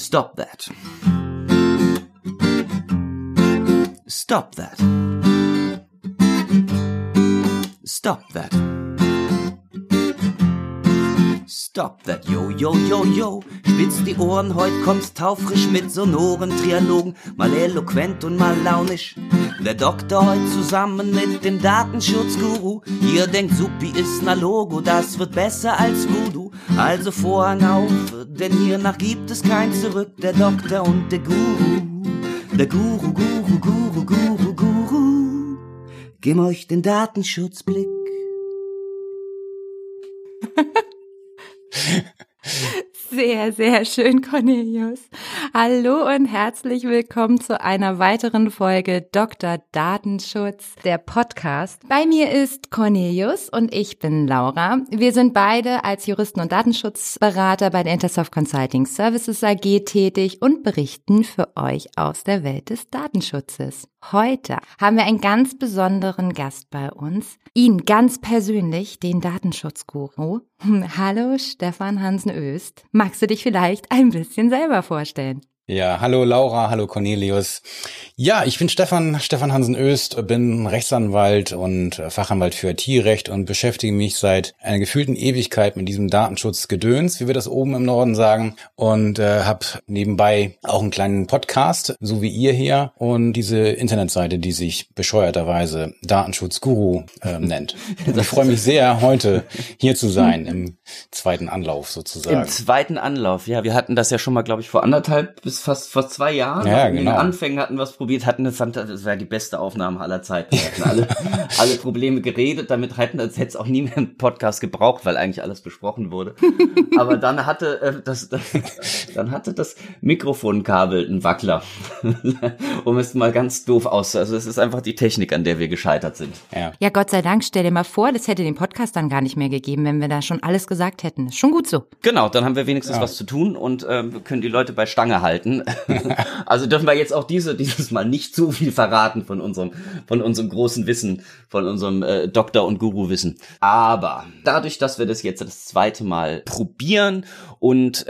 Stop that. Stop that. Stop that. Stop that, yo, yo, yo, yo. Spitz die Ohren, heut kommt's taufrisch mit sonoren Trialogen. Mal eloquent und mal launisch. Der Doktor heut zusammen mit dem Datenschutzguru. Ihr denkt, Supi ist na Logo, das wird besser als Voodoo. Also Vorhang auf, denn hiernach gibt es kein Zurück. Der Doktor und der Guru. Der Guru, Guru, Guru, Guru, Guru. Geben euch den Datenschutzblick. Sehr, sehr schön, Cornelius. Hallo und herzlich willkommen zu einer weiteren Folge Dr. Datenschutz, der Podcast. Bei mir ist Cornelius und ich bin Laura. Wir sind beide als Juristen und Datenschutzberater bei der Intersoft Consulting Services AG tätig und berichten für euch aus der Welt des Datenschutzes. Heute haben wir einen ganz besonderen Gast bei uns, ihn ganz persönlich, den Datenschutzguru. Hallo Stefan Hansen-Oest. Magst du dich vielleicht ein bisschen selber vorstellen? Ja, hallo Laura, hallo Cornelius. Ja, ich bin Stefan Hansen-Oest, bin Rechtsanwalt und Fachanwalt für IT-Recht und beschäftige mich seit einer gefühlten Ewigkeit mit diesem Datenschutzgedöns, wie wir das oben im Norden sagen, und habe nebenbei auch einen kleinen Podcast, so wie ihr hier, und diese Internetseite, die sich bescheuerterweise Datenschutzguru nennt. Und ich freue mich sehr, heute hier zu sein, im zweiten Anlauf sozusagen. Im zweiten Anlauf, ja, wir hatten das ja schon mal, glaube ich, vor 1,5 bis fast vor 2 Jahren. Ja, In genau. den Anfängen hatten wir es probiert, das war die beste Aufnahme aller Zeiten. Wir hatten alle Probleme geredet, damit hätte es auch nie mehr einen Podcast gebraucht, weil eigentlich alles besprochen wurde. Aber dann hatte das Mikrofonkabel einen Wackler. Um es mal ganz doof also es ist einfach die Technik, an der wir gescheitert sind. Ja, Gott sei Dank, stell dir mal vor, das hätte den Podcast dann gar nicht mehr gegeben, wenn wir da schon alles gesagt hätten. Ist schon gut so. Genau, dann haben wir wenigstens was zu tun und können die Leute bei Stange halten. Also dürfen wir jetzt auch dieses Mal nicht zu viel verraten von unserem großen Wissen, von unserem Doktor- und Guru-Wissen. Aber dadurch, dass wir das jetzt das zweite Mal probieren und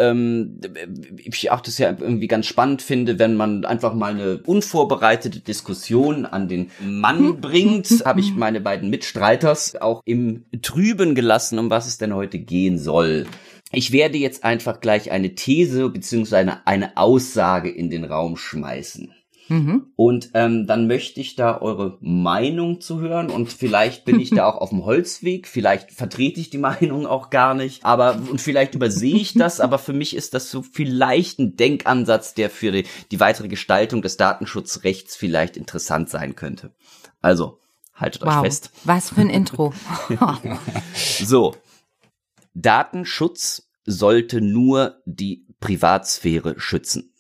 ich auch das ja irgendwie ganz spannend finde, wenn man einfach mal eine unvorbereitete Diskussion an den Mann bringt, habe ich meine beiden Mitstreiters auch im Trüben gelassen, um was es denn heute gehen soll. Ich werde jetzt einfach gleich eine These bzw. eine Aussage in den Raum schmeißen. Und dann möchte ich da eure Meinung zu hören und vielleicht bin ich da auch auf dem Holzweg, vielleicht vertrete ich die Meinung auch gar nicht, und vielleicht übersehe ich das, aber für mich ist das so vielleicht ein Denkansatz, der für die weitere Gestaltung des Datenschutzrechts vielleicht interessant sein könnte. Also, haltet euch fest. Was für ein Intro. So. Datenschutz sollte nur die Privatsphäre schützen.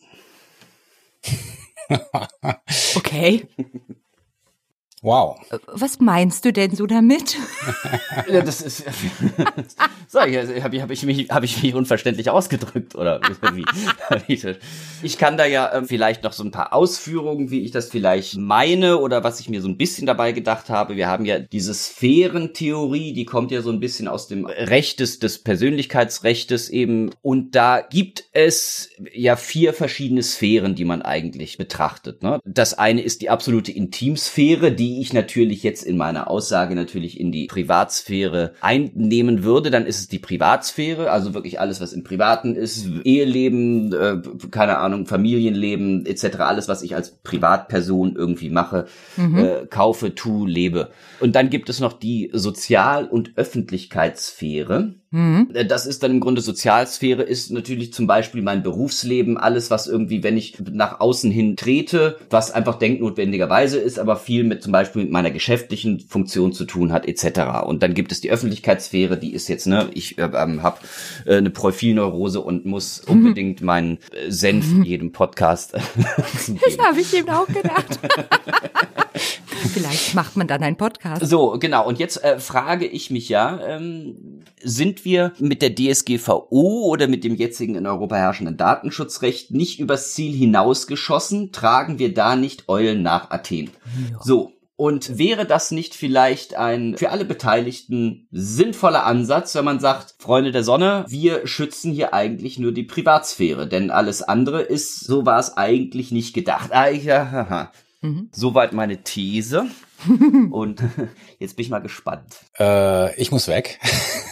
Okay. Wow. Was meinst du denn so damit? Ja, das ist so, hab ich mich unverständlich ausgedrückt oder wie? Ich kann da ja vielleicht noch so ein paar Ausführungen, wie ich das vielleicht meine oder was ich mir so ein bisschen dabei gedacht habe. Wir haben ja diese Sphärentheorie, die kommt ja so ein bisschen aus dem Recht des Persönlichkeitsrechtes eben, und da gibt es ja 4 verschiedene Sphären, die man eigentlich betrachtet, ne? Das eine ist die absolute Intimsphäre, die ich natürlich jetzt in meiner Aussage natürlich in die Privatsphäre einnehmen würde. Dann ist es die Privatsphäre, also wirklich alles, was im Privaten ist, Eheleben, keine Ahnung, Familienleben etc., alles, was ich als Privatperson irgendwie mache, kaufe, tue, lebe. Und dann gibt es noch die Sozial- und Öffentlichkeitssphäre. Das ist dann im Grunde Sozialsphäre, ist natürlich zum Beispiel mein Berufsleben, alles, was irgendwie, wenn ich nach außen hin trete, was einfach denknotwendigerweise ist, aber viel mit zum Beispiel mit meiner geschäftlichen Funktion zu tun hat, etc. Und dann gibt es die Öffentlichkeitssphäre, die ist jetzt, ich habe eine Profilneurose und muss unbedingt meinen Senf in jedem Podcast Das habe ich eben auch gedacht. Vielleicht macht man dann einen Podcast. So, genau. Und jetzt frage ich mich sind wir mit der DSGVO oder mit dem jetzigen in Europa herrschenden Datenschutzrecht nicht übers Ziel hinausgeschossen? Tragen wir da nicht Eulen nach Athen? Ja. So. Und wäre das nicht vielleicht ein für alle Beteiligten sinnvoller Ansatz, wenn man sagt, Freunde der Sonne, wir schützen hier eigentlich nur die Privatsphäre, denn alles andere ist, so war es eigentlich nicht gedacht. Soweit meine These. Und jetzt bin ich mal gespannt. Ich muss weg.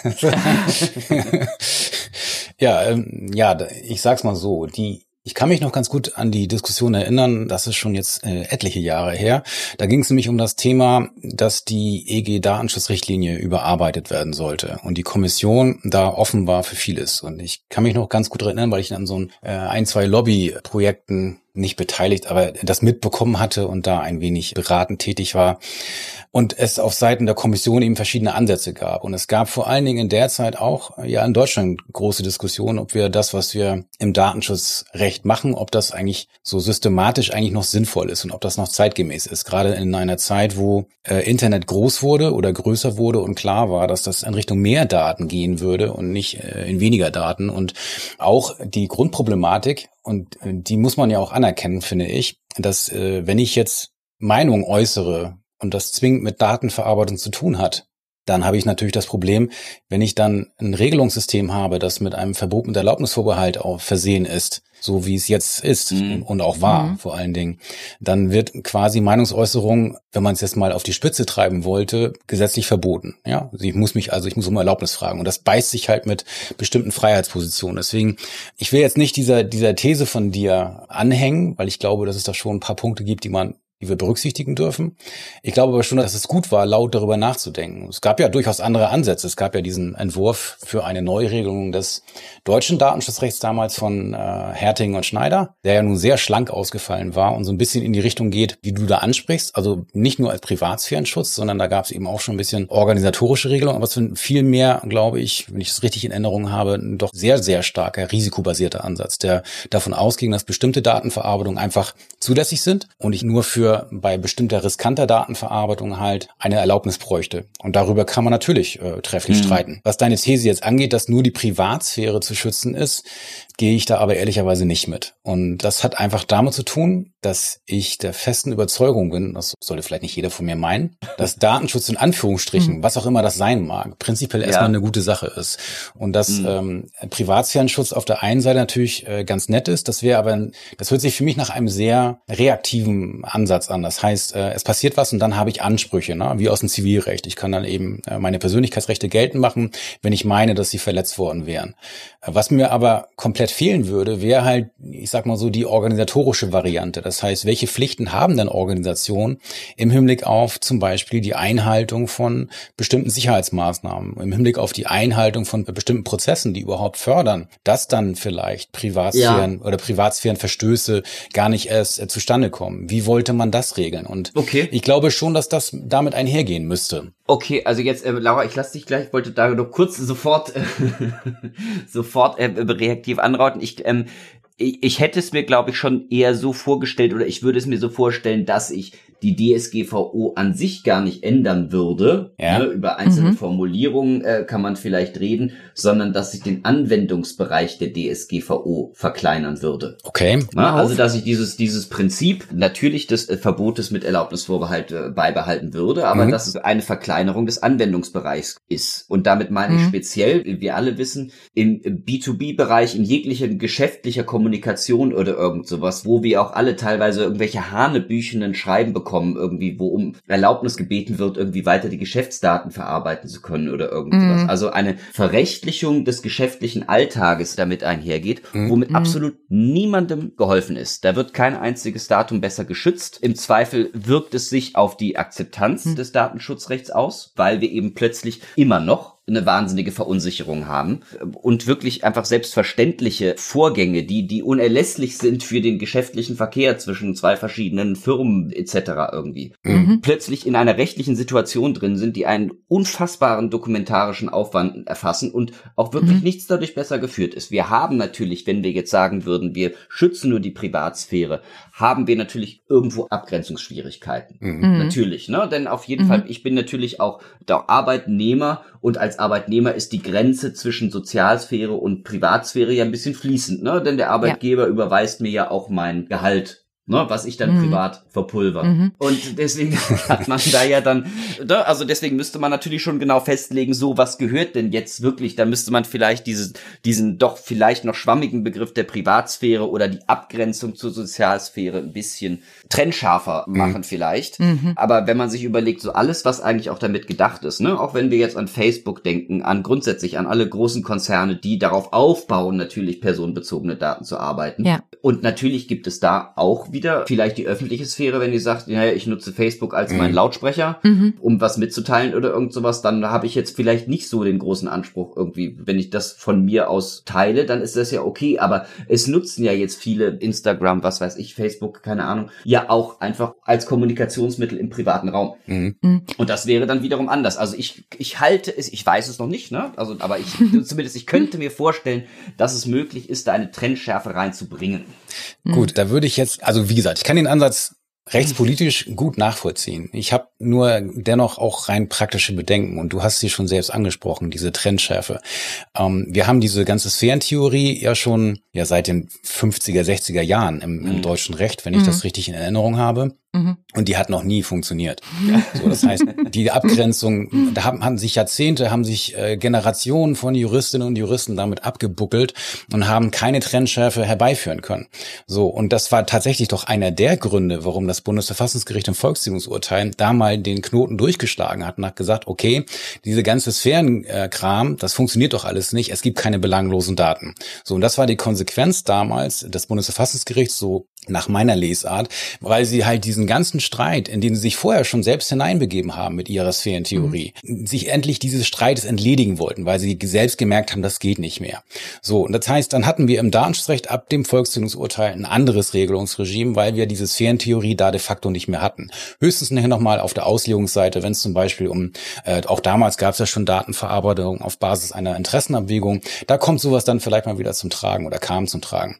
Ich sag's mal so, ich kann mich noch ganz gut an die Diskussion erinnern, das ist schon jetzt etliche Jahre her. Da ging es nämlich um das Thema, dass die EG-Datenschutzrichtlinie überarbeitet werden sollte und die Kommission da offen war für vieles. Und ich kann mich noch ganz gut erinnern, weil ich an so ein, zwei Lobbyprojekten nicht beteiligt, aber das mitbekommen hatte und da ein wenig beratend tätig war. Und es auf Seiten der Kommission eben verschiedene Ansätze gab. Und es gab vor allen Dingen in der Zeit auch in Deutschland große Diskussionen, ob wir das, was wir im Datenschutzrecht machen, ob das eigentlich so systematisch eigentlich noch sinnvoll ist und ob das noch zeitgemäß ist. Gerade in einer Zeit, wo Internet groß wurde oder größer wurde und klar war, dass das in Richtung mehr Daten gehen würde und nicht in weniger Daten. Und auch die Grundproblematik, und die muss man ja auch anerkennen, finde ich, dass wenn ich jetzt Meinung äußere und das zwingend mit Datenverarbeitung zu tun hat, dann habe ich natürlich das Problem, wenn ich dann ein Regelungssystem habe, das mit einem Verbot mit Erlaubnisvorbehalt auch versehen ist, so wie es jetzt ist und auch war vor allen Dingen, dann wird quasi Meinungsäußerung, wenn man es jetzt mal auf die Spitze treiben wollte, gesetzlich verboten. Ja, also ich muss um Erlaubnis fragen und das beißt sich halt mit bestimmten Freiheitspositionen. Deswegen, ich will jetzt nicht dieser These von dir anhängen, weil ich glaube, dass es da schon ein paar Punkte gibt, die wir berücksichtigen dürfen. Ich glaube aber schon, dass es gut war, laut darüber nachzudenken. Es gab ja durchaus andere Ansätze. Es gab ja diesen Entwurf für eine Neuregelung des deutschen Datenschutzrechts damals von Herting und Schneider, der ja nun sehr schlank ausgefallen war und so ein bisschen in die Richtung geht, die du da ansprichst. Also nicht nur als Privatsphärenschutz, sondern da gab es eben auch schon ein bisschen organisatorische Regelungen. Aber es sind viel mehr, glaube ich, wenn ich es richtig in Erinnerung habe, ein doch sehr, sehr starker risikobasierter Ansatz, der davon ausging, dass bestimmte Datenverarbeitungen einfach zulässig sind und ich nur bei bestimmter riskanter Datenverarbeitung halt eine Erlaubnis bräuchte. Und darüber kann man natürlich trefflich streiten. Was deine These jetzt angeht, dass nur die Privatsphäre zu schützen ist, gehe ich da aber ehrlicherweise nicht mit. Und das hat einfach damit zu tun, dass ich der festen Überzeugung bin, das sollte vielleicht nicht jeder von mir meinen, dass Datenschutz in Anführungsstrichen, was auch immer das sein mag, prinzipiell erstmal eine gute Sache ist. Und dass Privatsphärenschutz auf der einen Seite natürlich ganz nett ist, das hört sich für mich nach einem sehr reaktiven Ansatz an. Das heißt, es passiert was und dann habe ich Ansprüche, wie aus dem Zivilrecht. Ich kann dann eben meine Persönlichkeitsrechte geltend machen, wenn ich meine, dass sie verletzt worden wären. Was mir aber komplett fehlen würde, wäre halt, ich sag mal so, die organisatorische Variante. Das heißt, welche Pflichten haben denn Organisationen im Hinblick auf zum Beispiel die Einhaltung von bestimmten Sicherheitsmaßnahmen, im Hinblick auf die Einhaltung von bestimmten Prozessen, die überhaupt fördern, dass dann vielleicht Privatsphären oder Privatsphärenverstöße gar nicht erst zustande kommen. Wie wollte man das regeln? Und ich glaube schon, dass das damit einhergehen müsste. Okay, also jetzt, Laura, ich lasse dich gleich, wollte da noch kurz sofort reaktiv anraten. Ich hätte es mir, glaube ich, schon eher so vorgestellt oder ich würde es mir so vorstellen, dass ich die DSGVO an sich gar nicht ändern würde. Ja. Über einzelne Formulierungen kann man vielleicht reden, sondern dass ich den Anwendungsbereich der DSGVO verkleinern würde. Okay. Also dass ich dieses Prinzip natürlich des Verbotes mit Erlaubnisvorbehalt beibehalten würde, aber dass es eine Verkleinerung des Anwendungsbereichs ist. Und damit meine ich speziell, wie wir alle wissen, im B2B-Bereich, in jeglicher geschäftlicher Kommunikation oder irgend sowas, wo wir auch alle teilweise irgendwelche hanebüchenden Schreiben bekommen, irgendwie, wo um Erlaubnis gebeten wird, irgendwie weiter die Geschäftsdaten verarbeiten zu können oder irgendwas. Also eine Verrechtlichung des geschäftlichen Alltages damit einhergeht, womit absolut niemandem geholfen ist. Da wird kein einziges Datum besser geschützt. Im Zweifel wirkt es sich auf die Akzeptanz des Datenschutzrechts aus, weil wir eben plötzlich immer noch eine wahnsinnige Verunsicherung haben und wirklich einfach selbstverständliche Vorgänge, die unerlässlich sind für den geschäftlichen Verkehr zwischen zwei verschiedenen Firmen etc. irgendwie, plötzlich in einer rechtlichen Situation drin sind, die einen unfassbaren dokumentarischen Aufwand erfassen und auch wirklich nichts dadurch besser geführt ist. Wir haben natürlich, wenn wir jetzt sagen würden, wir schützen nur die Privatsphäre, haben wir natürlich irgendwo Abgrenzungsschwierigkeiten. Natürlich, ne? Denn auf jeden Fall, ich bin natürlich auch der Arbeitnehmer und als Arbeitnehmer ist die Grenze zwischen Sozialsphäre und Privatsphäre ja ein bisschen fließend, ne? Denn der Arbeitgeber überweist mir ja auch mein Gehalt ne, was ich dann privat verpulver. Und deswegen hat man da ja dann, also deswegen müsste man natürlich schon genau festlegen, so was gehört denn jetzt wirklich, da müsste man vielleicht diesen doch vielleicht noch schwammigen Begriff der Privatsphäre oder die Abgrenzung zur Sozialsphäre ein bisschen trennscharfer machen vielleicht. Aber wenn man sich überlegt, so alles, was eigentlich auch damit gedacht ist, ne, auch wenn wir jetzt an Facebook denken, grundsätzlich an alle großen Konzerne, die darauf aufbauen, natürlich personenbezogene Daten zu arbeiten. Ja. Und natürlich gibt es da auch wieder vielleicht die öffentliche Sphäre, wenn die sagt, ja, ich nutze Facebook als meinen Lautsprecher, um was mitzuteilen oder irgend sowas, dann habe ich jetzt vielleicht nicht so den großen Anspruch irgendwie, wenn ich das von mir aus teile, dann ist das ja okay, aber es nutzen ja jetzt viele Instagram, was weiß ich, Facebook, keine Ahnung, ja auch einfach als Kommunikationsmittel im privaten Raum. Und das wäre dann wiederum anders. Also ich halte es, ich weiß es noch nicht, ne? Also, aber ich könnte mir vorstellen, dass es möglich ist, da eine Trennschärfe reinzubringen. Gut, da würde ich jetzt, also wie gesagt, ich kann den Ansatz rechtspolitisch gut nachvollziehen. Ich habe nur dennoch auch rein praktische Bedenken und du hast sie schon selbst angesprochen, diese Trennschärfe. Wir haben diese ganze Sphärentheorie ja schon seit den 50er, 60er Jahren im deutschen Recht, wenn ich das richtig in Erinnerung habe. Und die hat noch nie funktioniert. So, das heißt, die Abgrenzung, da haben sich Generationen von Juristinnen und Juristen damit abgebuckelt und haben keine Trennschärfe herbeiführen können. So, und das war tatsächlich doch einer der Gründe, warum das Bundesverfassungsgericht im Volkszählungsurteil da mal den Knoten durchgeschlagen hat und hat gesagt, okay, diese ganze Sphärenkram, das funktioniert doch alles nicht, es gibt keine belanglosen Daten. So, und das war die Konsequenz damals des Bundesverfassungsgerichts, so nach meiner Lesart, weil sie halt diesen ganzen Streit, in den sie sich vorher schon selbst hineinbegeben haben mit ihrer Sphärentheorie, sich endlich dieses Streites entledigen wollten, weil sie selbst gemerkt haben, das geht nicht mehr. So, und das heißt, dann hatten wir im Datenschutzrecht ab dem Volkszählungsurteil ein anderes Regelungsregime, weil wir diese Sphärentheorie da de facto nicht mehr hatten. Höchstens nachher nochmal auf der Auslegungsseite, wenn es zum Beispiel auch damals gab es ja schon Datenverarbeitung auf Basis einer Interessenabwägung, da kommt sowas dann vielleicht mal wieder zum Tragen oder kam zum Tragen.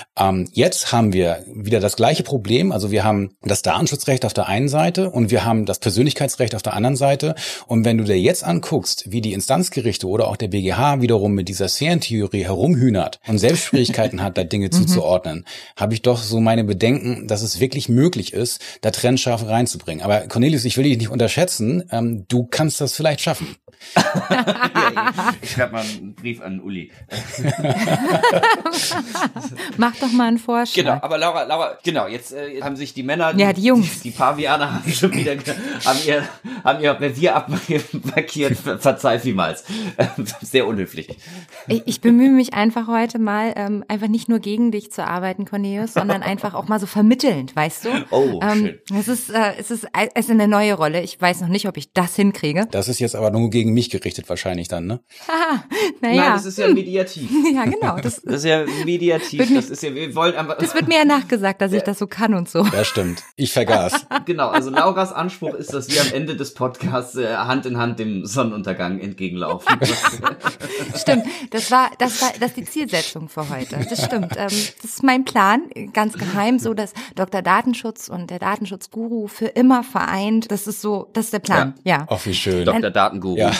Jetzt haben wir wieder das gleiche Problem, also wir haben das Datenschutzrecht auf der einen Seite und wir haben das Persönlichkeitsrecht auf der anderen Seite. Und wenn du dir jetzt anguckst, wie die Instanzgerichte oder auch der BGH wiederum mit dieser Sphärentheorie herumhühnert und selbst Schwierigkeiten hat, da Dinge zuzuordnen, habe ich doch so meine Bedenken, dass es wirklich möglich ist, da Trennschärfe reinzubringen. Aber Cornelius, ich will dich nicht unterschätzen, du kannst das vielleicht schaffen. Ich schreibe mal einen Brief an Uli. Mach doch mal einen Vorschlag. Genau, aber Laura, genau, jetzt haben sich die Männer, die Jungs, die Pavianer haben schon wieder haben ihr Revier abmarkiert, verzeih vielmals. Sehr unhöflich. Ich bemühe mich einfach heute mal, einfach nicht nur gegen dich zu arbeiten, Cornelius, sondern einfach auch mal so vermittelnd, weißt du? Oh, schön. Es ist eine neue Rolle. Ich weiß noch nicht, ob ich das hinkriege. Das ist jetzt aber nur gegen mich gerichtet wahrscheinlich dann, ne? Haha, naja. Nein, das ist ja mediativ. Ja, genau. Das ist ja mediativ. Wir wollen einfach. Das wird mir ja nachgesagt, dass ich das so kann und so. Ja, stimmt. Ich vergaß. Genau, also Lauras Anspruch ist, dass wir am Ende des Podcasts Hand in Hand dem Sonnenuntergang entgegenlaufen. Stimmt, das ist die Zielsetzung für heute. Das stimmt. Das ist mein Plan, ganz geheim, so dass Dr. Datenschutz und der Datenschutzguru für immer vereint. Das ist der Plan. Ja. Ach, wie schön. Dr. Datenguru. Ja.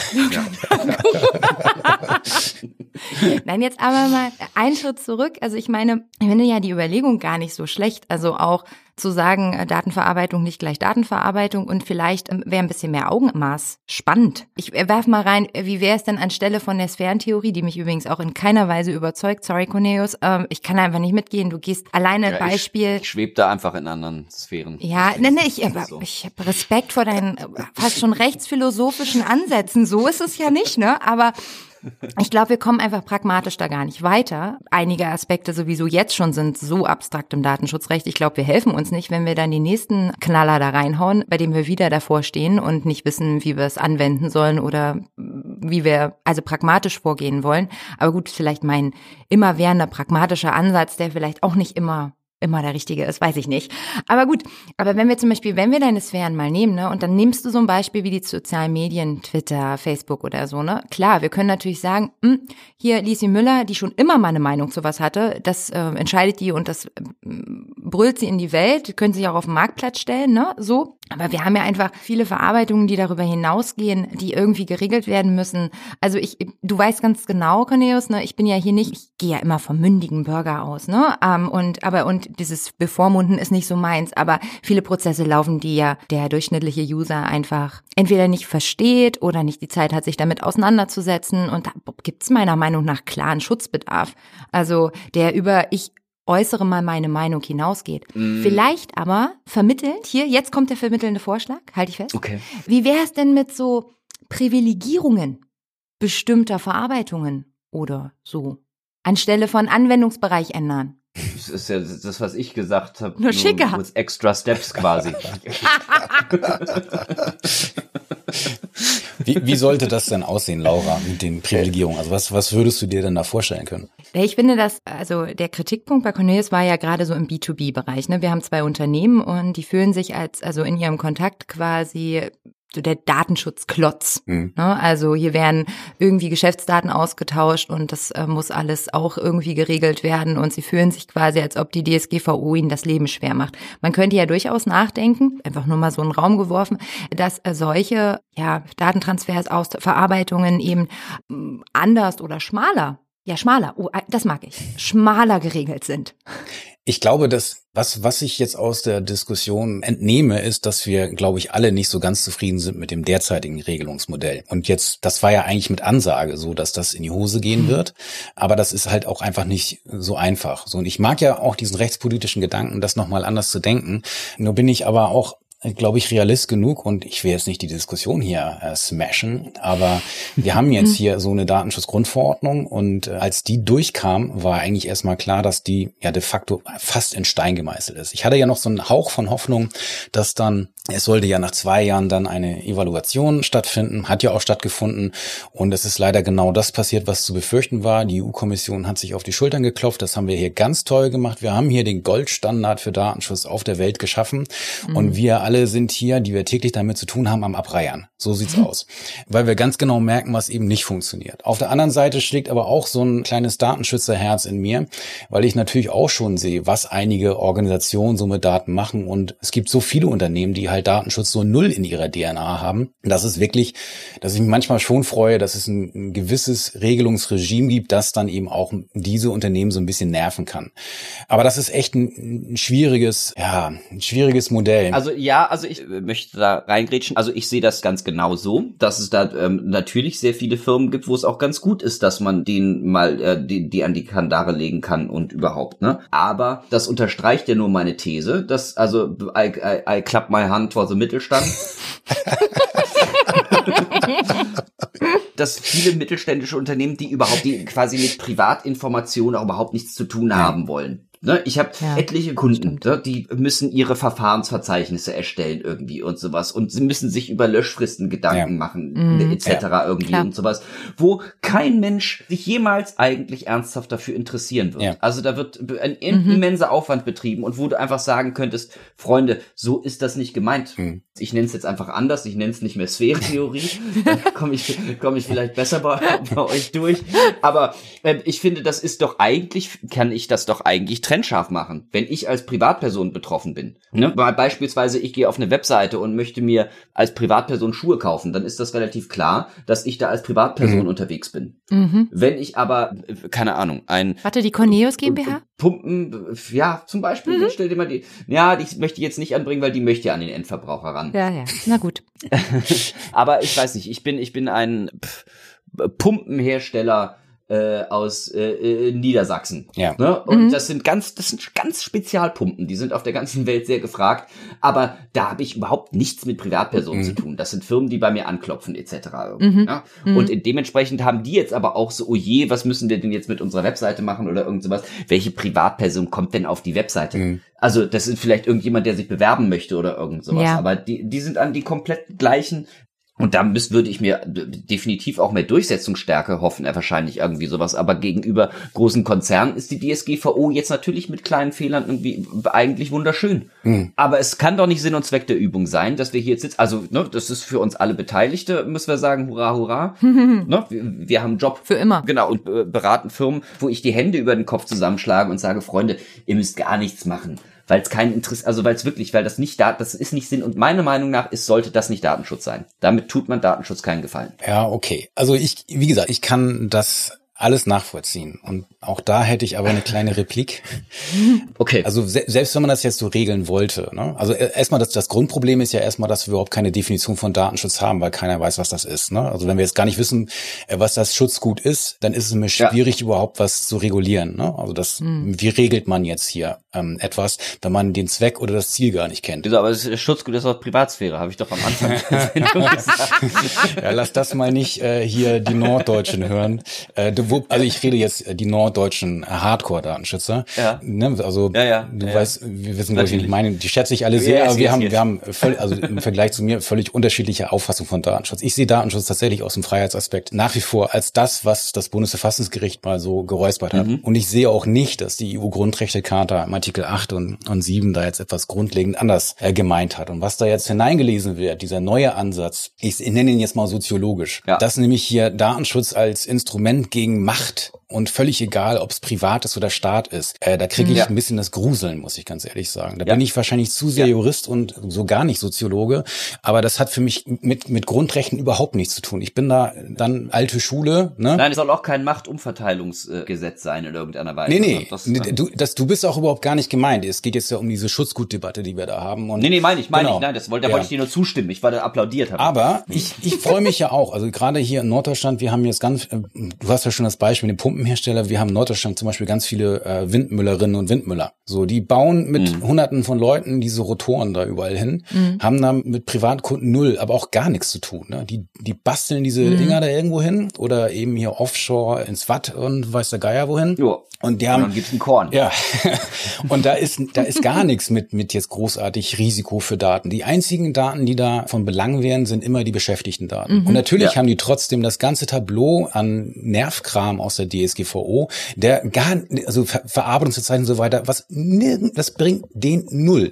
Nein, jetzt aber mal einen Schritt zurück. Also ich meine, ich finde ja die Überlegung gar nicht so schlecht. Also auch zu sagen, Datenverarbeitung nicht gleich Datenverarbeitung und vielleicht wäre ein bisschen mehr Augenmaß spannend. Ich werf mal rein, wie wäre es denn anstelle von der Sphärentheorie, die mich übrigens auch in keiner Weise überzeugt. Sorry, Cornelius, ich kann einfach nicht mitgehen. Du gehst alleine Beispiel. Ich schwebe da einfach in anderen Sphären. Ja, ich habe Respekt vor deinen fast schon rechtsphilosophischen Ansätzen. So ist es ja nicht, ne? Aber ich glaube, wir kommen einfach pragmatisch da gar nicht weiter. Einige Aspekte sowieso jetzt schon sind so abstrakt im Datenschutzrecht. Ich glaube, wir helfen uns nicht, wenn wir dann die nächsten Knaller da reinhauen, bei dem wir wieder davor stehen und nicht wissen, wie wir es anwenden sollen oder wie wir also pragmatisch vorgehen wollen. Aber gut, vielleicht mein immerwährender pragmatischer Ansatz, der vielleicht auch nicht immer der richtige ist, weiß ich nicht. Aber gut, wenn wir deine Sphären mal nehmen, ne, und dann nimmst du so ein Beispiel wie die sozialen Medien, Twitter, Facebook oder so, ne, klar, wir können natürlich sagen, hier Lisi Müller, die schon immer mal eine Meinung zu was hatte, das entscheidet die und das brüllt sie in die Welt, die können sich auch auf den Marktplatz stellen, ne, so. Aber wir haben ja einfach viele Verarbeitungen, die darüber hinausgehen, die irgendwie geregelt werden müssen. Also du weißt ganz genau, Cornelius, ne, ich bin ja hier nicht, ich gehe ja immer vom mündigen Bürger aus, ne, und Moment, dieses Bevormunden ist nicht so meins, aber viele Prozesse laufen, die ja der durchschnittliche User einfach entweder nicht versteht oder nicht die Zeit hat, sich damit auseinanderzusetzen. Und da gibt's meiner Meinung nach klaren Schutzbedarf. Also ich äußere mal meine Meinung hinausgeht. Vielleicht aber vermittelnd, jetzt kommt der vermittelnde Vorschlag, halte ich fest. Okay. Wie wäre es denn mit so Privilegierungen bestimmter Verarbeitungen oder so? Anstelle von Anwendungsbereich ändern. Das ist ja das, was ich gesagt habe. Nur schicker. With extra steps quasi. Wie sollte das denn aussehen, Laura, mit den Privilegierungen? Also was würdest du dir denn da vorstellen können? Ich finde, der Kritikpunkt bei Cornelius war ja gerade so im B2B-Bereich. Ne? Wir haben 2 Unternehmen und die fühlen sich also in ihrem Kontakt quasi so der Datenschutzklotz. Ne? Also hier werden irgendwie Geschäftsdaten ausgetauscht und das muss alles auch irgendwie geregelt werden und sie fühlen sich quasi, als ob die DSGVO ihnen das Leben schwer macht. Man könnte ja durchaus nachdenken, einfach nur mal so in den Raum geworfen, dass solche Datentransfers, Verarbeitungen eben anders oder schmaler, das mag ich, schmaler geregelt sind. Ich glaube, dass was ich jetzt aus der Diskussion entnehme, ist, dass wir, glaube ich, alle nicht so ganz zufrieden sind mit dem derzeitigen Regelungsmodell. Und jetzt, das war ja eigentlich mit Ansage so, dass das in die Hose gehen wird. Aber das ist halt auch einfach nicht so einfach. So, und ich mag ja auch diesen rechtspolitischen Gedanken, das nochmal anders zu denken. Nur bin ich aber auch, glaube ich, realist genug und ich will jetzt nicht die Diskussion hier smashen, aber wir haben jetzt hier so eine Datenschutzgrundverordnung und als die durchkam, war eigentlich erstmal klar, dass die ja de facto fast in Stein gemeißelt ist. Ich hatte ja noch so einen Hauch von Hoffnung, dass es sollte ja nach 2 Jahren dann eine Evaluation stattfinden, hat ja auch stattgefunden und es ist leider genau das passiert, was zu befürchten war. Die EU-Kommission hat sich auf die Schultern geklopft, das haben wir hier ganz toll gemacht. Wir haben hier den Goldstandard für Datenschutz auf der Welt geschaffen und wir alle sind hier, die wir täglich damit zu tun haben, am Abreiern. So sieht's aus. Weil wir ganz genau merken, was eben nicht funktioniert. Auf der anderen Seite schlägt aber auch so ein kleines Datenschützerherz in mir, weil ich natürlich auch schon sehe, was einige Organisationen so mit Daten machen und es gibt so viele Unternehmen, die halt Datenschutz so null in ihrer DNA haben. Das ist wirklich, dass ich mich manchmal schon freue, dass es ein gewisses Regelungsregime gibt, das dann eben auch diese Unternehmen so ein bisschen nerven kann. Aber das ist echt ein schwieriges Modell. Also ich möchte da reingrätschen. Also ich sehe das ganz genau so, dass es da natürlich sehr viele Firmen gibt, wo es auch ganz gut ist, dass man denen mal die an die Kandare legen kann und überhaupt, ne? Aber das unterstreicht ja nur meine These, dass I clap my hand for the Mittelstand. Dass viele mittelständische Unternehmen, die quasi mit Privatinformationen auch überhaupt nichts zu tun haben wollen. Ne, ich habe etliche Kunden, ne, die müssen ihre Verfahrensverzeichnisse erstellen irgendwie und sowas und sie müssen sich über Löschfristen Gedanken machen etc. irgendwie und sowas, wo kein Mensch sich jemals eigentlich ernsthaft dafür interessieren wird. Ja. Also da wird ein immenser Aufwand betrieben und wo du einfach sagen könntest, Freunde, so ist das nicht gemeint. Ich nenne es jetzt einfach anders, ich nenne es nicht mehr Sphärentheorie, dann komme ich vielleicht besser bei euch durch, aber ich finde, kann ich das doch eigentlich trennscharf machen, wenn ich als Privatperson betroffen bin. Ne? Beispielsweise, ich gehe auf eine Webseite und möchte mir als Privatperson Schuhe kaufen, dann ist das relativ klar, dass ich da als Privatperson unterwegs bin. Wenn ich aber, keine Ahnung, die Cornelius GmbH? Pumpen, ja, zum Beispiel, stell dir mal die möchte ich jetzt nicht anbringen, weil die möchte ja an den Endverbraucher ran. Ja, na gut. Aber ich weiß nicht, ich bin ein Pumpenhersteller aus Niedersachsen. Ja. Ne? Und das sind ganz Spezialpumpen, die sind auf der ganzen Welt sehr gefragt, aber da habe ich überhaupt nichts mit Privatpersonen zu tun. Das sind Firmen, die bei mir anklopfen etc. Ja? Und dementsprechend haben die jetzt aber auch so, oh je, was müssen wir denn jetzt mit unserer Webseite machen oder irgend sowas? Welche Privatperson kommt denn auf die Webseite? Also das ist vielleicht irgendjemand, der sich bewerben möchte oder irgend sowas, aber die sind an die komplett gleichen. Und da würde ich mir definitiv auch mehr Durchsetzungsstärke hoffen, wahrscheinlich irgendwie sowas. Aber gegenüber großen Konzernen ist die DSGVO jetzt natürlich mit kleinen Fehlern irgendwie eigentlich wunderschön. Aber es kann doch nicht Sinn und Zweck der Übung sein, dass wir hier jetzt sitzen. Also, ne, das ist für uns alle Beteiligte, müssen wir sagen, hurra, hurra. Ne, wir haben einen Job. Für immer. Genau, und beraten Firmen, wo ich die Hände über den Kopf zusammenschlage und sage, Freunde, ihr müsst gar nichts machen. Weil es kein Interesse, also weil das ist nicht Sinn und meiner Meinung nach sollte das nicht Datenschutz sein. Damit tut man Datenschutz keinen Gefallen. Ja, okay. Also wie gesagt, ich kann das alles nachvollziehen. Und auch da hätte ich aber eine kleine Replik. Okay. Also selbst wenn man das jetzt so regeln wollte, ne? Also erstmal, das Grundproblem ist ja erstmal, dass wir überhaupt keine Definition von Datenschutz haben, weil keiner weiß, was das ist, ne? Also wenn wir jetzt gar nicht wissen, was das Schutzgut ist, dann ist es mir schwierig, überhaupt was zu regulieren, ne? Also wie regelt man jetzt hier etwas, wenn man den Zweck oder das Ziel gar nicht kennt? Aber das Schutzgut ist auch Privatsphäre, habe ich doch am Anfang der Sendung gesagt. Ja, lass das mal nicht hier die Norddeutschen hören. Also ich rede jetzt die norddeutschen Hardcore-Datenschützer. Ja. Ne? Also du weißt, wir wissen, was ich meine. Die schätze ich alle sehr, aber wir haben völlig, also im Vergleich zu mir völlig unterschiedliche Auffassung von Datenschutz. Ich sehe Datenschutz tatsächlich aus dem Freiheitsaspekt nach wie vor als das, was das Bundesverfassungsgericht mal so geräuspert hat. Und ich sehe auch nicht, dass die EU-Grundrechtecharta im Artikel 8 und 7 da jetzt etwas grundlegend anders gemeint hat. Und was da jetzt hineingelesen wird, dieser neue Ansatz, ich nenne ihn jetzt mal soziologisch, dass nämlich hier Datenschutz als Instrument gegen Macht und völlig egal, ob es privat ist oder Staat ist, da kriege ich ein bisschen das Gruseln, muss ich ganz ehrlich sagen. Da bin ich wahrscheinlich zu sehr Jurist und so gar nicht Soziologe, aber das hat für mich mit Grundrechten überhaupt nichts zu tun. Ich bin da dann alte Schule. Ne? Nein, es soll auch kein Machtumverteilungsgesetz sein in irgendeiner Weise. Nee. Du bist auch überhaupt gar nicht gemeint. Es geht jetzt ja um diese Schutzgutdebatte, die wir da haben. Und meine ich. Nein, da wollte ich dir nur zustimmen. Ich war da applaudiert. Aber ich freue mich ja auch. Also gerade hier in Norddeutschland, wir haben jetzt du hast ja schon das Beispiel mit den Pumpenhersteller. Wir haben in Norddeutschland zum Beispiel ganz viele Windmüllerinnen und Windmüller. So, die bauen mit Hunderten von Leuten diese Rotoren da überall hin, haben da mit Privatkunden null, aber auch gar nichts zu tun. Ne? Die basteln diese Dinger da irgendwo hin oder eben hier offshore ins Watt und weiß der Geier wohin. Jo. Und die haben, dann gibt's einen Korn. Ja. Und da ist gar nichts mit jetzt großartig Risiko für Daten. Die einzigen Daten, die da von Belang wären, sind immer die Beschäftigten-Daten. Und natürlich haben die trotzdem das ganze Tableau an Nervkram aus der DSGVO, der Verarbeitungszeiten und so weiter, das bringt den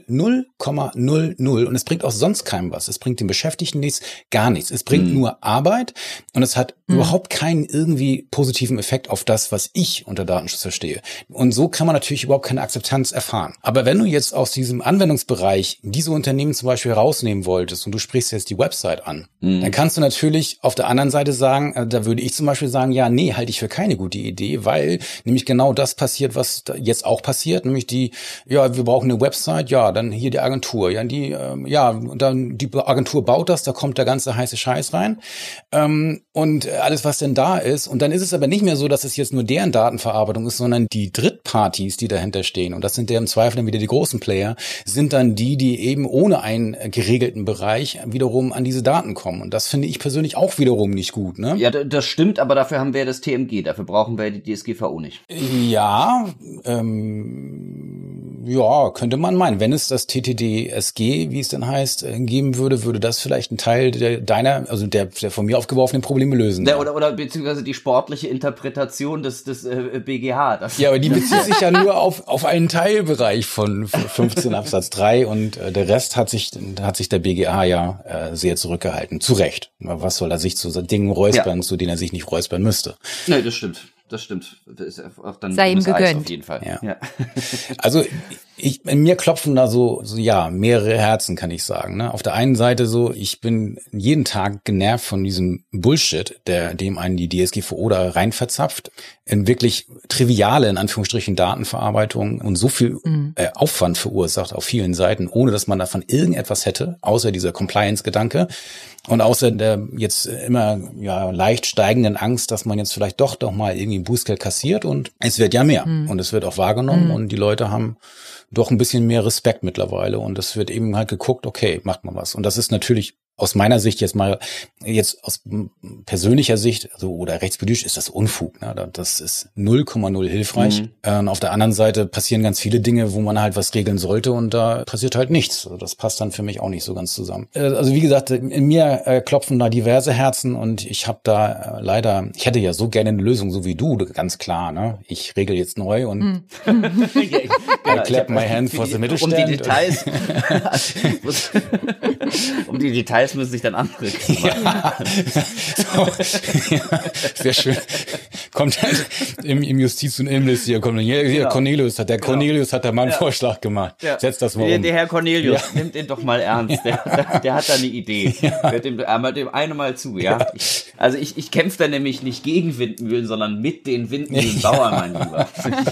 0,00 und es bringt auch sonst keinem was. Es bringt den Beschäftigten nichts, gar nichts. Es bringt nur Arbeit und es hat überhaupt keinen irgendwie positiven Effekt auf das, was ich unter Datenschutz verstehe. Und so kann man natürlich überhaupt keine Akzeptanz erfahren. Aber wenn du jetzt aus diesem Anwendungsbereich diese Unternehmen zum Beispiel rausnehmen wolltest und du sprichst jetzt die Website an, dann kannst du natürlich auf der anderen Seite sagen, da würde ich zum Beispiel sagen, ja, nee, halte ich für keine gute Idee, weil nämlich genau das passiert, was jetzt auch passiert, nämlich wir brauchen eine Website, dann hier die Agentur, dann die Agentur baut das, da kommt der ganze heiße Scheiß rein und alles, was denn da ist. Und dann ist es aber nicht mehr so, dass es jetzt nur deren Datenverarbeitung ist, sondern die Drittpartys, die dahinter stehen, und das sind ja im Zweifel dann wieder die großen Player, sind dann die eben ohne einen geregelten Bereich wiederum an diese Daten kommen. Und das finde ich persönlich auch wiederum nicht gut. Ne? Ja, das stimmt, aber dafür haben wir das TMG, dafür brauchen wir die DSGVO nicht. Ja, könnte man meinen. Wenn es das TTDSG, wie es denn heißt, geben würde, würde das vielleicht einen Teil der von mir aufgeworfenen Probleme lösen. Oder beziehungsweise die sportliche Interpretation des BGH. Ja, aber die bezieht sich ja nur auf einen Teilbereich von 15 Absatz 3 und der Rest hat sich der BGH ja sehr zurückgehalten. Zu Recht. Was soll er sich zu Dingen räuspern, zu denen er sich nicht räuspern müsste? Nee, das stimmt. Das ist auch dann sei ihm gegönnt. auf jeden Fall. Ja. Also mir klopfen da so mehrere Herzen, kann ich sagen. Ne? Auf der einen Seite ich bin jeden Tag genervt von diesem Bullshit, dem einen die DSGVO da rein verzapft, in wirklich triviale, in Anführungsstrichen, Datenverarbeitung und so viel Aufwand verursacht auf vielen Seiten, ohne dass man davon irgendetwas hätte, außer dieser Compliance-Gedanke. Und außer der jetzt immer leicht steigenden Angst, dass man jetzt vielleicht doch mal irgendwie ein Bußgeld kassiert, und es wird ja mehr und es wird auch wahrgenommen und die Leute haben doch ein bisschen mehr Respekt mittlerweile und es wird eben halt geguckt, okay, macht man was. Und das ist natürlich aus meiner Sicht jetzt aus persönlicher Sicht, oder rechtspolitisch ist das Unfug. Ne? Das ist 0,0 hilfreich. Auf der anderen Seite passieren ganz viele Dinge, wo man halt was regeln sollte und da passiert halt nichts. Also das passt dann für mich auch nicht so ganz zusammen. Also wie gesagt, in mir klopfen da diverse Herzen und ich habe da ich hätte ja so gerne eine Lösung, so wie du, ganz klar. Ne? Ich regel jetzt neu und I clap my hands for the Mittelstand. Um die Details müssen sich dann andere kümmern. Sehr schön. kommt halt im Justiz- und Innenministerium, Cornelius hat da mal einen Vorschlag gemacht. Ja. Setz das mal um. Der Herr Cornelius, nimmt ihn doch mal ernst. Der hat da eine Idee. Hört dem eine mal zu, ja. Ich kämpfe da nämlich nicht gegen Windmühlen, sondern mit den Windmühlenbauern, mein Lieber.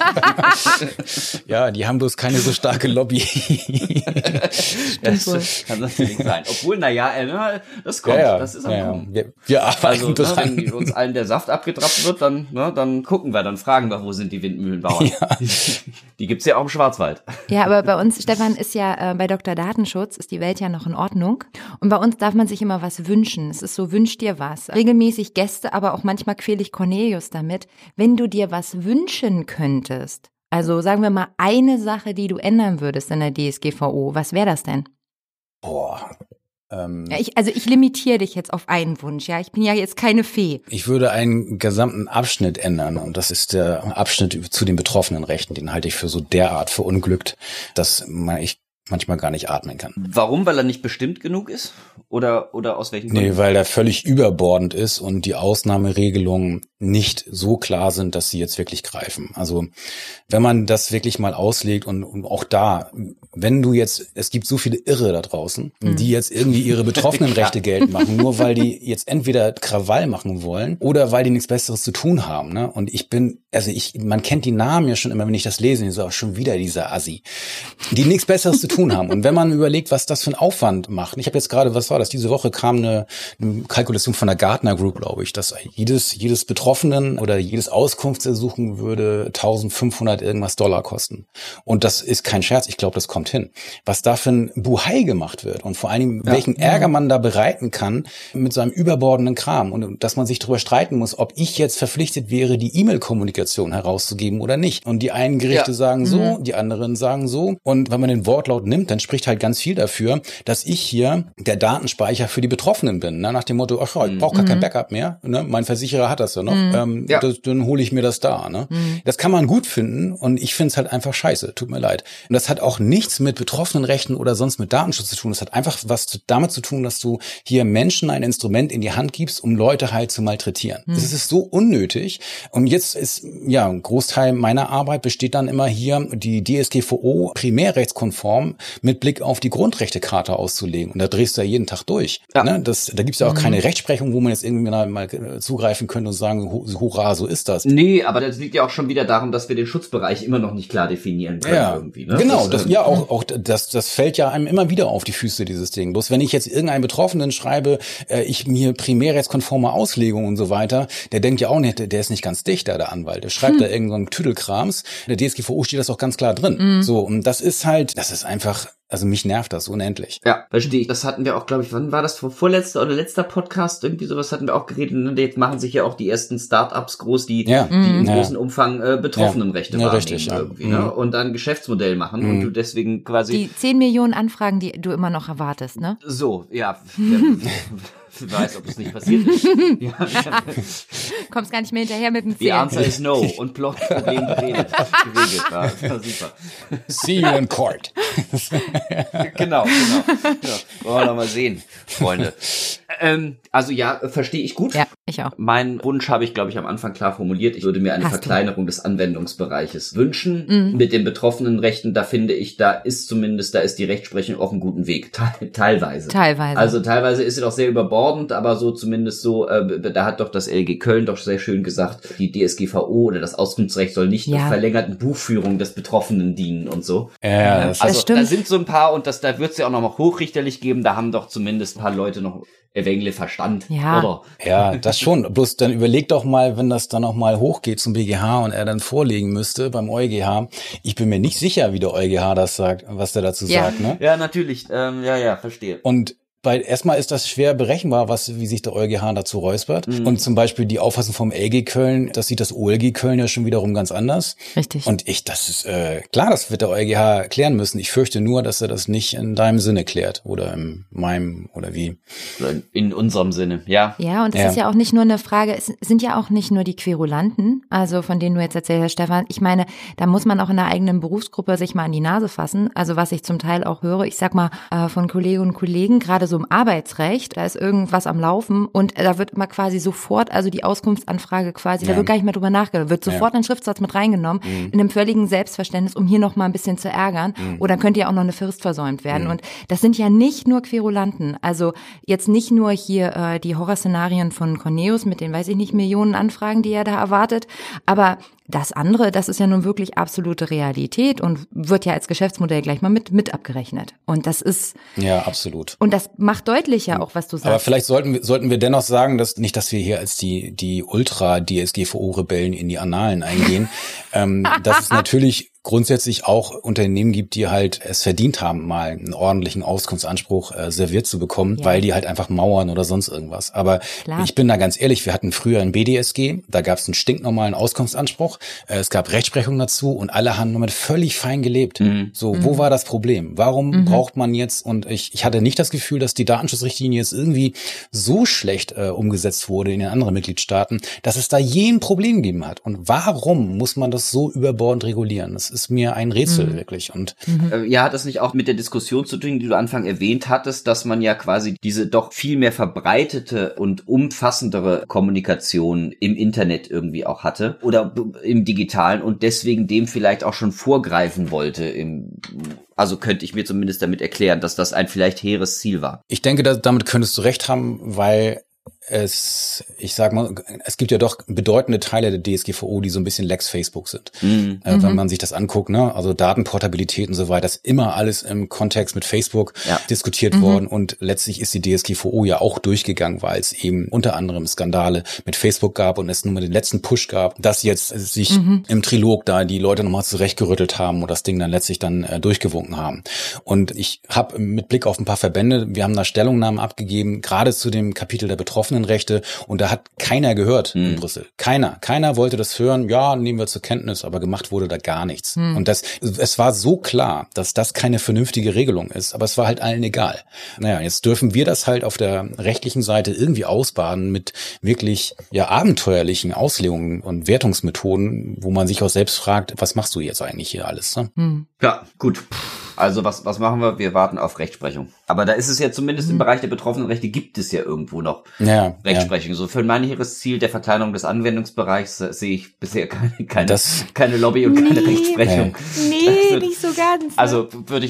Ja, die haben bloß keine so starke Lobby. Das kann natürlich sein. Obwohl, das kommt. Ja. Das ist am Kommen. Wir arbeiten dran. Wenn uns allen der Saft abgetrappt wird, dann gucken wir, dann fragen wir, wo sind die Windmühlenbauern? Ja. Die gibt's ja auch im Schwarzwald. Ja, aber bei uns, Stefan, ist ja bei Dr. Datenschutz ist die Welt ja noch in Ordnung. Und bei uns darf man sich immer was wünschen. Es ist so, wünsch dir was. Regelmäßig Gäste, aber auch manchmal quäle ich Cornelius damit. Wenn du dir was wünschen könntest, also sagen wir mal eine Sache, die du ändern würdest in der DSGVO, was wäre das denn? Ich limitiere dich jetzt auf einen Wunsch, ja. Ich bin ja jetzt keine Fee. Ich würde einen gesamten Abschnitt ändern und das ist der Abschnitt zu den betroffenen Rechten. Den halte ich für so derart verunglückt, dass ich manchmal gar nicht atmen kann. Warum? Weil er nicht bestimmt genug ist? Oder aus welchen Gründen? Nee, weil er völlig überbordend ist und die Ausnahmeregelungen nicht so klar sind, dass sie jetzt wirklich greifen. Also wenn man das wirklich mal auslegt und auch da, wenn du jetzt, es gibt so viele Irre da draußen, die jetzt irgendwie ihre betroffenen Rechte geltend machen, nur weil die jetzt entweder Krawall machen wollen oder weil die nichts Besseres zu tun haben. Ne? Und man kennt die Namen ja schon immer, wenn ich das lese, ich sage auch schon wieder dieser Assi, die nichts Besseres zu tun haben. Und wenn man überlegt, was das für ein Aufwand macht, ich habe jetzt gerade, was war das, diese Woche kam eine Kalkulation von der Gartner Group, glaube ich, dass jedes Betroffenen oder jedes Auskunftsersuchen würde 1.500 irgendwas Dollar kosten. Und das ist kein Scherz, ich glaube, das kommt hin. Was da für ein Buhai gemacht wird und vor allen Dingen, welchen Ärger man da bereiten kann mit seinem überbordenden Kram und dass man sich darüber streiten muss, ob ich jetzt verpflichtet wäre, die E-Mail-Kommunikation herauszugeben oder nicht. Und die einen Gerichte sagen so, die anderen sagen so. Und wenn man den Wortlaut nimmt, dann spricht halt ganz viel dafür, dass ich hier der Datenspeicher für die Betroffenen bin. Ne? Nach dem Motto, ich brauche gar kein Backup mehr. Ne? Mein Versicherer hat das ja noch. Dann hole ich mir das da. Ne? Das kann man gut finden und ich finde es halt einfach scheiße. Tut mir leid. Und das hat auch nichts mit betroffenen Rechten oder sonst mit Datenschutz zu tun. Das hat einfach was damit zu tun, dass du hier Menschen ein Instrument in die Hand gibst, um Leute halt zu malträtieren. Das ist so unnötig. Und jetzt ist, ein Großteil meiner Arbeit besteht dann immer hier, die DSGVO primärrechtskonform mit Blick auf die Grundrechtecharta auszulegen. Und da drehst du ja jeden Tag durch. Ja. Ne? Da gibt's ja auch keine Rechtsprechung, wo man jetzt irgendwie mal zugreifen könnte und sagen, hurra, so ist das. Nee, aber das liegt ja auch schon wieder daran, dass wir den Schutzbereich immer noch nicht klar definieren können. Ja, irgendwie, ne? Genau. Das fällt ja einem immer wieder auf die Füße, dieses Ding. Bloß wenn ich jetzt irgendeinen Betroffenen schreibe, ich mir primärrechtskonforme Auslegung und so weiter, der denkt ja auch nicht, der ist nicht ganz dicht, der Anwalt. Der schreibt da irgendeinen Tüdelkrams. In der DSGVO steht das auch ganz klar drin. So, und das ist einfach, also mich nervt das unendlich. Ja, verstehe ich. Das hatten wir auch, glaube ich, wann war das? Vorletzter oder letzter Podcast? Irgendwie sowas hatten wir auch geredet. Und jetzt machen sich ja auch die ersten Startups groß, die im großen Umfang Betroffenenrechte wahrnehmen. Richtig, irgendwie, ne? Und dann ein Geschäftsmodell machen und du deswegen quasi... Die 10 Millionen Anfragen, die du immer noch erwartest, ne? So, ja. Ich weiß, ob es nicht passiert ist. Kommst gar nicht mehr hinterher mit dem Zählen. Die Answer is no. Und Problem geregelt. War super. See you in court. Genau. Wollen wir mal sehen, Freunde. Also verstehe ich gut. Ja, ich auch. Mein Wunsch habe ich, glaube ich, am Anfang klar formuliert. Ich würde mir eine Verkleinerung des Anwendungsbereiches wünschen. Mit den betroffenen Rechten, da finde ich, da ist die Rechtsprechung auf einem guten Weg. Teilweise. Also teilweise ist sie doch sehr überbordend, aber so zumindest so, da hat doch das LG Köln doch sehr schön gesagt, die DSGVO oder das Auskunftsrecht soll nicht zur verlängerten Buchführung des Betroffenen dienen und so. Ja, das stimmt. Da sind so ein paar, und da wird es ja auch noch mal hochrichterlich geben, da haben doch zumindest ein paar Leute noch Wengle Verstand, oder? Ja, das schon. Bloß dann überleg doch mal, wenn das dann noch mal hochgeht zum BGH und er dann vorlegen müsste beim EuGH. Ich bin mir nicht sicher, wie der EuGH das sagt, was der dazu sagt, ne? Ja, natürlich. Verstehe. Und erstmal ist das schwer berechenbar, wie sich der EuGH dazu räuspert. Und zum Beispiel die Auffassung vom LG Köln, das sieht das OLG Köln ja schon wiederum ganz anders. Richtig. Und das ist klar, das wird der EuGH klären müssen. Ich fürchte nur, dass er das nicht in deinem Sinne klärt oder in meinem oder wie. In unserem Sinne, ja. Ja, und es ist ja auch nicht nur eine Frage, es sind ja auch nicht nur die Querulanten, also von denen du jetzt erzählt hast, Stefan. Ich meine, da muss man auch in der eigenen Berufsgruppe sich mal an die Nase fassen. Also was ich zum Teil auch höre, ich sag mal von Kolleginnen und Kollegen, gerade so so im Arbeitsrecht, da ist irgendwas am Laufen und da wird immer quasi sofort, also die Auskunftsanfrage quasi, da wird gar nicht mehr drüber nachgedacht, wird sofort ein Schriftsatz mit reingenommen, in einem völligen Selbstverständnis, um hier noch mal ein bisschen zu ärgern. Oder könnte ja auch noch eine Frist versäumt werden. Und das sind ja nicht nur Querulanten, also jetzt nicht nur hier die Horrorszenarien von Cornelius mit den, weiß ich nicht, Millionen Anfragen, die er da erwartet, aber das andere, das ist ja nun wirklich absolute Realität und wird ja als Geschäftsmodell gleich mal mit abgerechnet. Und das ist... Ja, absolut. Und das macht deutlich ja auch, was du sagst. Aber vielleicht sollten wir dennoch sagen, dass nicht, dass wir hier als die Ultra-DSGVO-Rebellen in die Annalen eingehen, dass es natürlich grundsätzlich auch Unternehmen gibt, die halt es verdient haben, mal einen ordentlichen Auskunftsanspruch serviert zu bekommen, weil die halt einfach mauern oder sonst irgendwas. Aber ich bin da ganz ehrlich, wir hatten früher ein BDSG, da gab es einen stinknormalen Auskunftsanspruch, es gab Rechtsprechung dazu und alle haben damit völlig fein gelebt. Wo war das Problem? Warum braucht man jetzt, und ich hatte nicht das Gefühl, dass die Datenschutzrichtlinie jetzt irgendwie so schlecht umgesetzt wurde in den anderen Mitgliedstaaten, dass es da je ein Problem gegeben hat. Und warum muss man das so überbordend regulieren? Das ist mir ein Rätsel, wirklich. Und ja, hat das nicht auch mit der Diskussion zu tun, die du Anfang erwähnt hattest, dass man ja quasi diese doch viel mehr verbreitete und umfassendere Kommunikation im Internet irgendwie auch hatte oder im Digitalen und deswegen dem vielleicht auch schon vorgreifen wollte also könnte ich mir zumindest damit erklären, dass das ein vielleicht hehres Ziel war. Ich denke, damit könntest du recht haben, weil ich sag mal, es gibt ja doch bedeutende Teile der DSGVO, die so ein bisschen Lex Facebook sind. Wenn man sich das anguckt, ne, also Datenportabilität und so weiter, ist immer alles im Kontext mit Facebook diskutiert worden und letztlich ist die DSGVO ja auch durchgegangen, weil es eben unter anderem Skandale mit Facebook gab und es nur mal den letzten Push gab, dass jetzt sich im Trilog da die Leute nochmal zurechtgerüttelt haben und das Ding dann letztlich dann durchgewunken haben. Und ich habe mit Blick auf ein paar Verbände, wir haben da Stellungnahmen abgegeben, gerade zu dem Kapitel der Betroffenenrechte und da hat keiner gehört in Brüssel. Keiner wollte das hören, ja, nehmen wir zur Kenntnis, aber gemacht wurde da gar nichts. Und es war so klar, dass das keine vernünftige Regelung ist, aber es war halt allen egal. Naja, jetzt dürfen wir das halt auf der rechtlichen Seite irgendwie ausbaden mit wirklich abenteuerlichen Auslegungen und Wertungsmethoden, wo man sich auch selbst fragt, was machst du jetzt eigentlich hier alles? Ne? Ja, gut. Also was machen wir? Wir warten auf Rechtsprechung. Aber da ist es ja zumindest im Bereich der Betroffenenrechte gibt es ja irgendwo noch Rechtsprechung. So für mein hehres Ziel der Verkleinerung des Anwendungsbereichs sehe ich bisher keine Lobby und keine Rechtsprechung. Nee, nicht so ganz. Also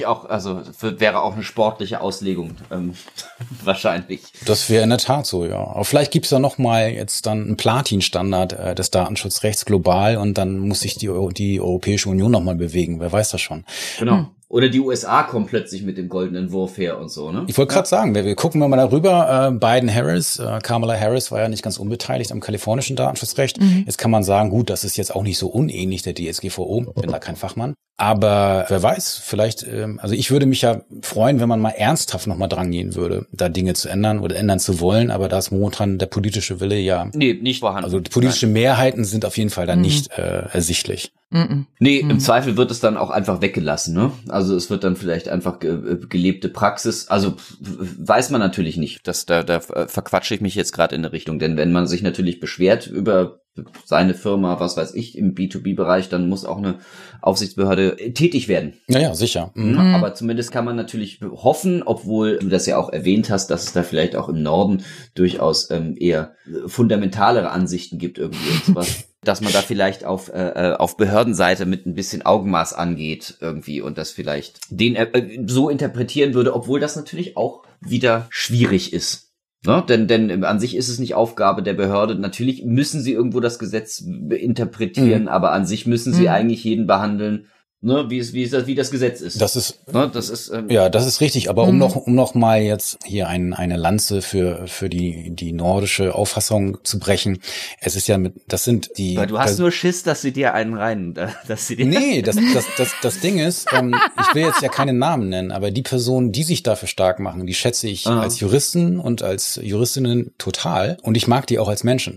wäre auch eine sportliche Auslegung wahrscheinlich. Das wäre in der Tat so, ja. Aber vielleicht gibt's da noch mal jetzt dann einen Platin-Standard des Datenschutzrechts global und dann muss sich die Europäische Union noch mal bewegen. Wer weiß das schon. Genau. Oder die USA kommen plötzlich mit dem goldenen Wurf her und so, ne? Ich wollte gerade sagen, wir gucken mal darüber. Biden-Harris, Kamala Harris war ja nicht ganz unbeteiligt am kalifornischen Datenschutzrecht. Jetzt kann man sagen, gut, das ist jetzt auch nicht so unähnlich der DSGVO, bin da kein Fachmann. Aber wer weiß, vielleicht, also ich würde mich ja freuen, wenn man mal ernsthaft nochmal dran gehen würde, da Dinge zu ändern oder ändern zu wollen, aber da ist momentan der politische Wille nicht vorhanden. Also politische Mehrheiten sind auf jeden Fall da nicht ersichtlich. Nee, im Zweifel wird es dann auch einfach weggelassen, ne? Also es wird dann vielleicht einfach gelebte Praxis, also weiß man natürlich nicht, dass da verquatsche ich mich jetzt gerade in eine Richtung, denn wenn man sich natürlich beschwert über seine Firma, was weiß ich, im B2B-Bereich, dann muss auch eine Aufsichtsbehörde tätig werden. Ja, sicher. Aber zumindest kann man natürlich hoffen, obwohl du das ja auch erwähnt hast, dass es da vielleicht auch im Norden durchaus eher fundamentalere Ansichten gibt irgendwie und sowas. Dass man da vielleicht auf Behördenseite mit ein bisschen Augenmaß angeht irgendwie und das vielleicht so interpretieren würde, obwohl das natürlich auch wieder schwierig ist. Ne? Denn an sich ist es nicht Aufgabe der Behörde. Natürlich müssen sie irgendwo das Gesetz interpretieren, aber an sich müssen sie eigentlich jeden behandeln, ne, wie das Gesetz ist. Das ist, ne, das ist das ist richtig. Aber um noch mal jetzt hier eine Lanze für die nordische Auffassung zu brechen. Es ist ja das sind die. Weil du hast nur Schiss, dass sie dir einen rein, dass sie dir. Nee, das Ding ist, ich will jetzt ja keinen Namen nennen, aber die Personen, die sich dafür stark machen, die schätze ich als Juristen und als Juristinnen total und ich mag die auch als Menschen.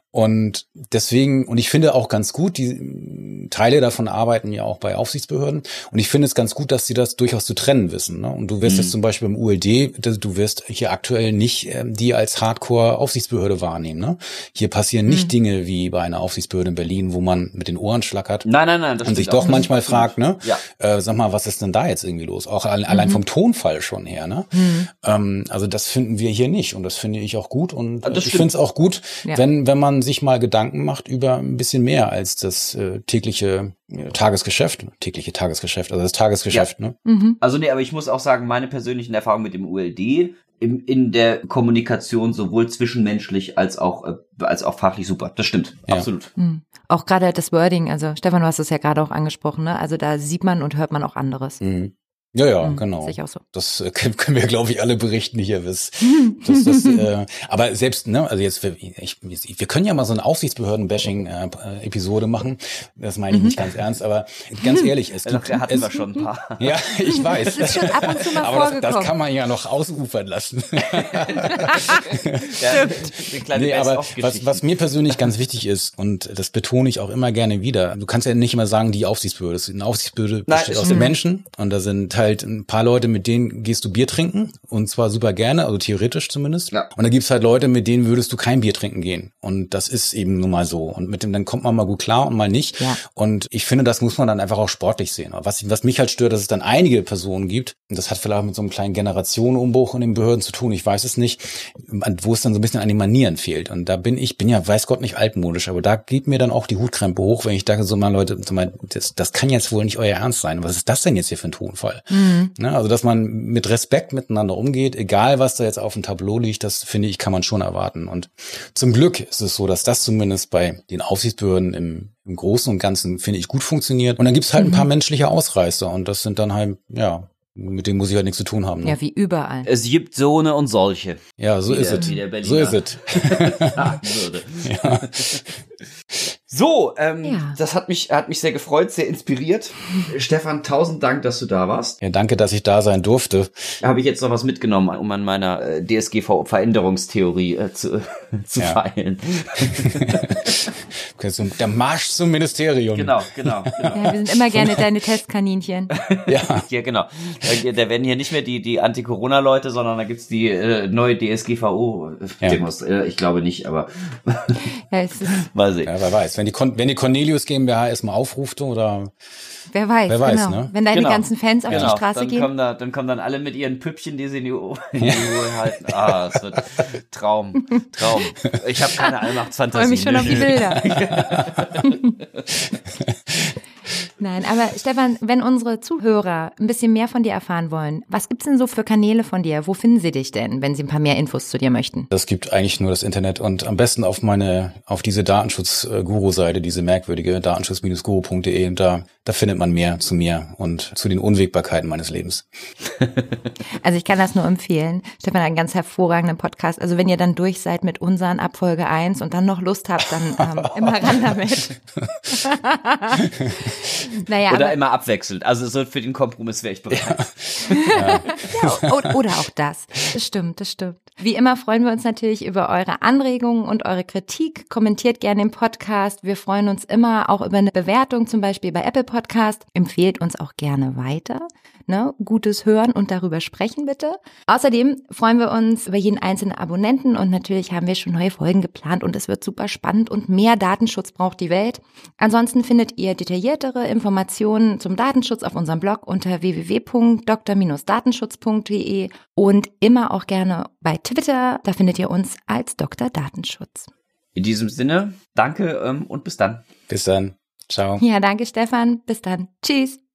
Und deswegen, und ich finde auch ganz gut, die Teile davon arbeiten ja auch bei Aufsichtsbehörden. Und ich finde es ganz gut, dass sie das durchaus zu trennen wissen. Ne? Und du wirst jetzt zum Beispiel im ULD, du wirst hier aktuell nicht die als Hardcore-Aufsichtsbehörde wahrnehmen. Ne? Hier passieren nicht Dinge wie bei einer Aufsichtsbehörde in Berlin, wo man mit den Ohren schlackert. Nein. Und sich doch manchmal fragt, ne? Ja. Sag mal, was ist denn da jetzt irgendwie los? Auch allein vom Tonfall schon her. Ne? Also das finden wir hier nicht. Und das finde ich auch gut. Und ich finde es auch gut, wenn man sich mal Gedanken macht über ein bisschen mehr als das tägliche Tagesgeschäft, also das Tagesgeschäft. Ja. Ne? Also aber ich muss auch sagen, meine persönlichen Erfahrungen mit dem ULD in der Kommunikation sowohl zwischenmenschlich als auch fachlich super. Das stimmt, absolut. Auch gerade das Wording, also Stefan, du hast es ja gerade auch angesprochen, ne? Also da sieht man und hört man auch anderes. Ja, genau. Sehe ich auch so. Das können wir, glaube ich, alle berichten hier. Aber selbst, ne, also jetzt, wir können ja mal so eine Aufsichtsbehörden-Bashing-Episode machen. Das meine ich nicht ganz ernst, aber ganz ehrlich, da hatten wir schon ein paar. Ja, ich weiß. Das ist schon ab und zu mal aber vorgekommen. Das kann man ja noch ausufern lassen. Aber was mir persönlich ganz wichtig ist, und das betone ich auch immer gerne wieder, du kannst ja nicht immer sagen, die Aufsichtsbehörde. Eine Aufsichtsbehörde besteht aus den Menschen, und da sind halt ein paar Leute, mit denen gehst du Bier trinken, und zwar super gerne, also theoretisch zumindest. Ja. Und da gibt's halt Leute, mit denen würdest du kein Bier trinken gehen. Und das ist eben nun mal so. Und mit dem, dann kommt man mal gut klar und mal nicht. Ja. Und ich finde, das muss man dann einfach auch sportlich sehen. Was mich halt stört, dass es dann einige Personen gibt, und das hat vielleicht mit so einem kleinen Generationenumbruch in den Behörden zu tun, ich weiß es nicht, wo es dann so ein bisschen an den Manieren fehlt. Und da bin ja, weiß Gott, nicht altmodisch, aber da geht mir dann auch die Hutkrempe hoch, wenn ich denke, so mal Leute, das kann jetzt wohl nicht euer Ernst sein. Was ist das denn jetzt hier für ein Tonfall? Ne, also, dass man mit Respekt miteinander umgeht, egal was da jetzt auf dem Tableau liegt, das finde ich, kann man schon erwarten. Und zum Glück ist es so, dass das zumindest bei den Aufsichtsbehörden im Großen und Ganzen, finde ich, gut funktioniert. Und dann gibt's halt ein paar menschliche Ausreißer, und das sind dann halt, ja, mit denen muss ich halt nichts zu tun haben. Ne? Ja, wie überall. Es gibt so eine und solche. Ja, so ist es. So ist es. Ja. So, das hat mich sehr gefreut, sehr inspiriert. Stefan, 1000 Dank, dass du da warst. Ja, danke, dass ich da sein durfte. Habe ich jetzt noch was mitgenommen, um an meiner DSGVO-Veränderungstheorie zu feilen. Okay, so der Marsch zum Ministerium. Genau. Ja, wir sind immer gerne deine Testkaninchen. Ja, genau. Da werden hier nicht mehr die Anti-Corona-Leute, sondern da gibt's die neue DSGVO-Demos. Ich glaube nicht, aber ja, es ist mal sehen. Ja, wer weiß. Wenn die Cornelius GmbH erstmal aufruft, oder wer weiß, genau. Ne? Wenn deine ganzen Fans auf die Straße gehen. Dann kommen dann alle mit ihren Püppchen, die sie in die Uhr halten. Es wird Traum. Ich habe keine Allmachtsfantasie. Ich freue mich schon auf die Bilder. Nein, aber Stefan, wenn unsere Zuhörer ein bisschen mehr von dir erfahren wollen, was gibt's denn so für Kanäle von dir? Wo finden sie dich denn, wenn sie ein paar mehr Infos zu dir möchten? Das gibt eigentlich nur das Internet, und am besten auf diese Datenschutz-Guru-Seite, diese merkwürdige datenschutz-guru.de, und da findet man mehr zu mir und zu den Unwägbarkeiten meines Lebens. Also ich kann das nur empfehlen. Stefan hat einen ganz hervorragenden Podcast. Also wenn ihr dann durch seid mit unseren ab Folge 1 und dann noch Lust habt, dann immer ran damit. Naja, oder immer abwechselnd. Also so für den Kompromiss wäre ich bereit. Ja, oder auch das. Das stimmt. Wie immer freuen wir uns natürlich über eure Anregungen und eure Kritik. Kommentiert gerne den Podcast. Wir freuen uns immer auch über eine Bewertung, zum Beispiel bei Apple Podcast. Empfehlt uns auch gerne weiter. Ne? Gutes Hören und darüber sprechen bitte. Außerdem freuen wir uns über jeden einzelnen Abonnenten, und natürlich haben wir schon neue Folgen geplant und es wird super spannend und mehr Datenschutz braucht die Welt. Ansonsten findet ihr detailliertere Informationen zum Datenschutz auf unserem Blog unter www.dr-datenschutz.de und immer auch gerne bei Twitter. Da findet ihr uns als Dr. Datenschutz. In diesem Sinne, danke und bis dann. Bis dann. Ciao. Ja, danke Stefan. Bis dann. Tschüss.